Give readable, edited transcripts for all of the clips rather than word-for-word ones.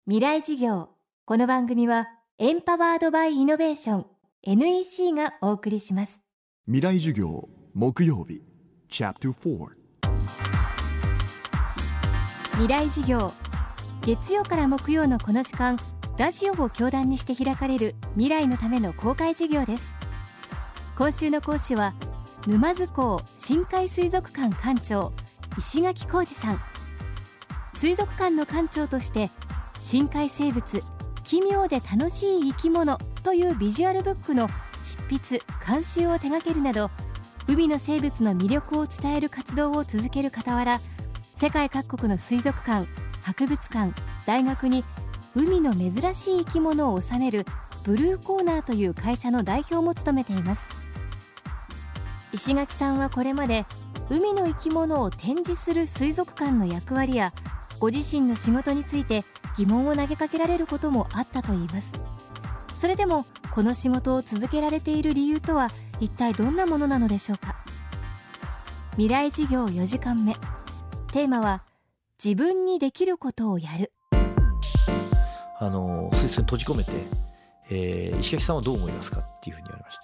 未来事業。この番組はエンパワードバイイノベーション NEC がお送りします。 未来事業木曜日チャプター4。 未来事業、月曜から木曜のこの時間、ラジオを教壇にして開かれる未来のための公開事業です。今週の講師は沼津港深海水族館館長石垣浩二さん。水族館の館長として深海生物奇妙で楽しい生き物というビジュアルブックの執筆監修を手掛けるなど、海の生物の魅力を伝える活動を続ける傍ら、世界各国の水族館、博物館、大学に海の珍しい生き物を収めるブルーコーナーという会社の代表も務めています。石垣さんはこれまで海の生き物を展示する水族館の役割やご自身の仕事について疑問を投げかけられることもあったといいます。それでもこの仕事を続けられている理由とは一体どんなものなのでしょうか。未来事業4時間目、テーマは自分にできることをやる。 水槽に閉じ込めて、石垣さんはどう思いますかっていうふうに言われました。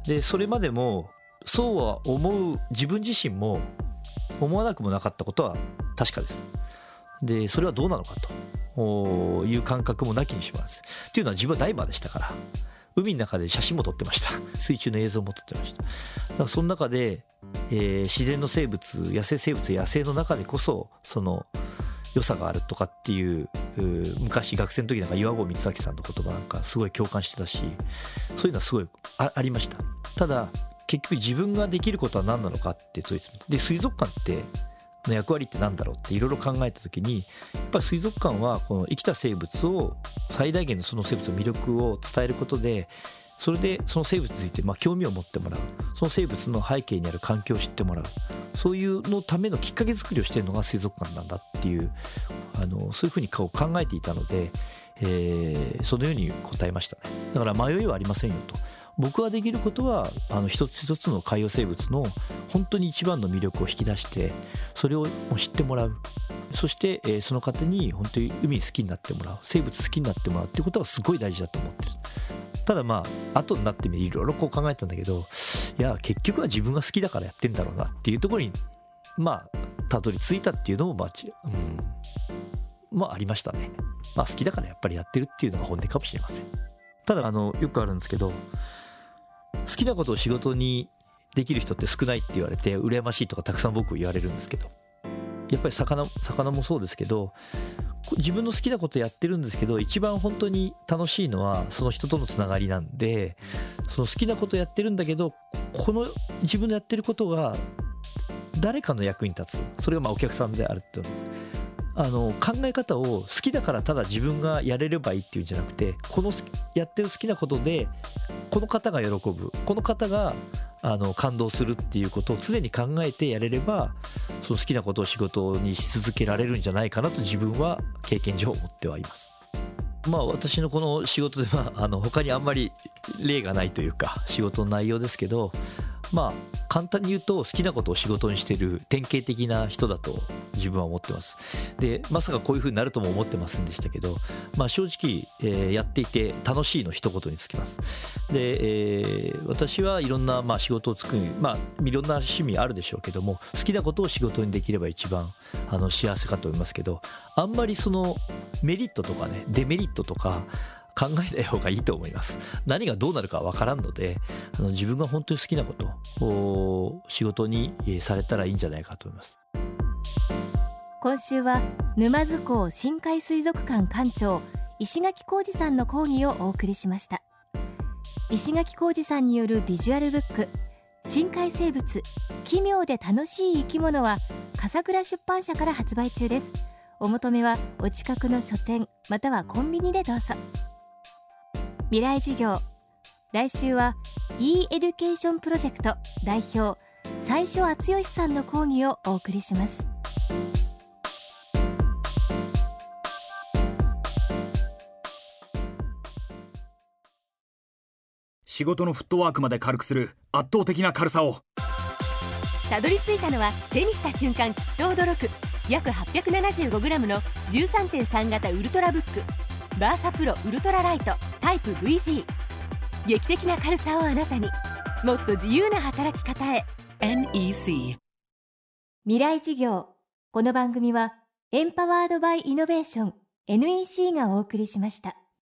でそれまでもそうは思う自分自身も思わなくもなかったことは確かです。でそれはどうなのかという感覚もなきにしもあらず。っていうのは自分はダイバーでしたから、海の中で写真も撮ってました。水中の映像も撮ってました。だからその中で、自然の生物、野生生物、野生の中でこそその良さがあるとかっていう、昔学生の時なんか岩合光明さんの言葉なんかすごい共感してたし、そういうのはすごい ありました。ただ結局自分ができることは何なのかって問い詰めて、で水族館っての役割って何だろうっていろいろ考えた時に、やっぱり水族館はこの生きた生物を最大限のその生物の魅力を伝えることで、それでその生物について興味を持ってもらう、その生物の背景にある環境を知ってもらう、そういうのためのきっかけ作りをしているのが水族館なんだっていう、そういうふうに考えていたので、そのように答えましたね。だから迷いはありませんよと。僕ができることは一つ一つの海洋生物の本当に一番の魅力を引き出して、それを知ってもらう、そして、その方に本当に海好きになってもらう、生物好きになってもらうっていうことがすごい大事だと思ってる。ただ後になっていろいろこう考えたんだけど、いや結局は自分が好きだからやってんだろうなっていうところにたどり着いたっていうのもありましたね。好きだからやっぱりやってるっていうのが本音かもしれません。ただよくあるんですけど、好きなことを仕事にできる人って少ないって言われて羨ましいとかたくさん僕言われるんですけど、やっぱり魚もそうですけど、自分の好きなことやってるんですけど、一番本当に楽しいのはその人とのつながりなんで、その好きなことやってるんだけど、この自分のやってることが誰かの役に立つ、それがお客さんであるって考え方を好きだからただ自分がやれればいいっていうんじゃなくて、このやってる好きなことでこの方が喜ぶ、この方が感動するっていうことを常に考えてやれれば、その好きなことを仕事にし続けられるんじゃないかなと自分は経験上思ってはいます。私のこの仕事では他にあんまり例がないというか仕事の内容ですけど、簡単に言うと好きなことを仕事にしている典型的な人だと自分は思ってます。でまさかこういう風になるとも思ってませんでしたけど、正直、やっていて楽しいの一言につきます。で、私はいろんな仕事を作る、いろんな趣味あるでしょうけども、好きなことを仕事にできれば一番幸せかと思いますけど、あんまりそのメリットとかねデメリットとか考えない方がいいと思います。何がどうなるかわからんので、自分が本当に好きなことを仕事にされたらいいんじゃないかと思います。 今週は沼津港深海水族館館長石垣浩二さんの講義をお送りしました。石垣浩二さんによるビジュアルブック深海生物奇妙で楽しい生き物は笠倉出版社から発売中です。お求めはお近くの書店またはコンビニでどうぞ。未来事業、来週は e エデュケーションプロジェクト代表斉所敦義さんの講義をお送りします。 仕事のフットワークまで軽くする圧倒的な軽さを。 たどり着いたのは手にした瞬間きっと驚く約 875g の 13.3 型ウルトラブック、バーサプロウルトラライトタイプ VG。 劇的な軽さをあなたに、もっと自由な働き方へ。 NEC 未来事業。この番組はエンパワードバイイノベーション NEC がお送りしました。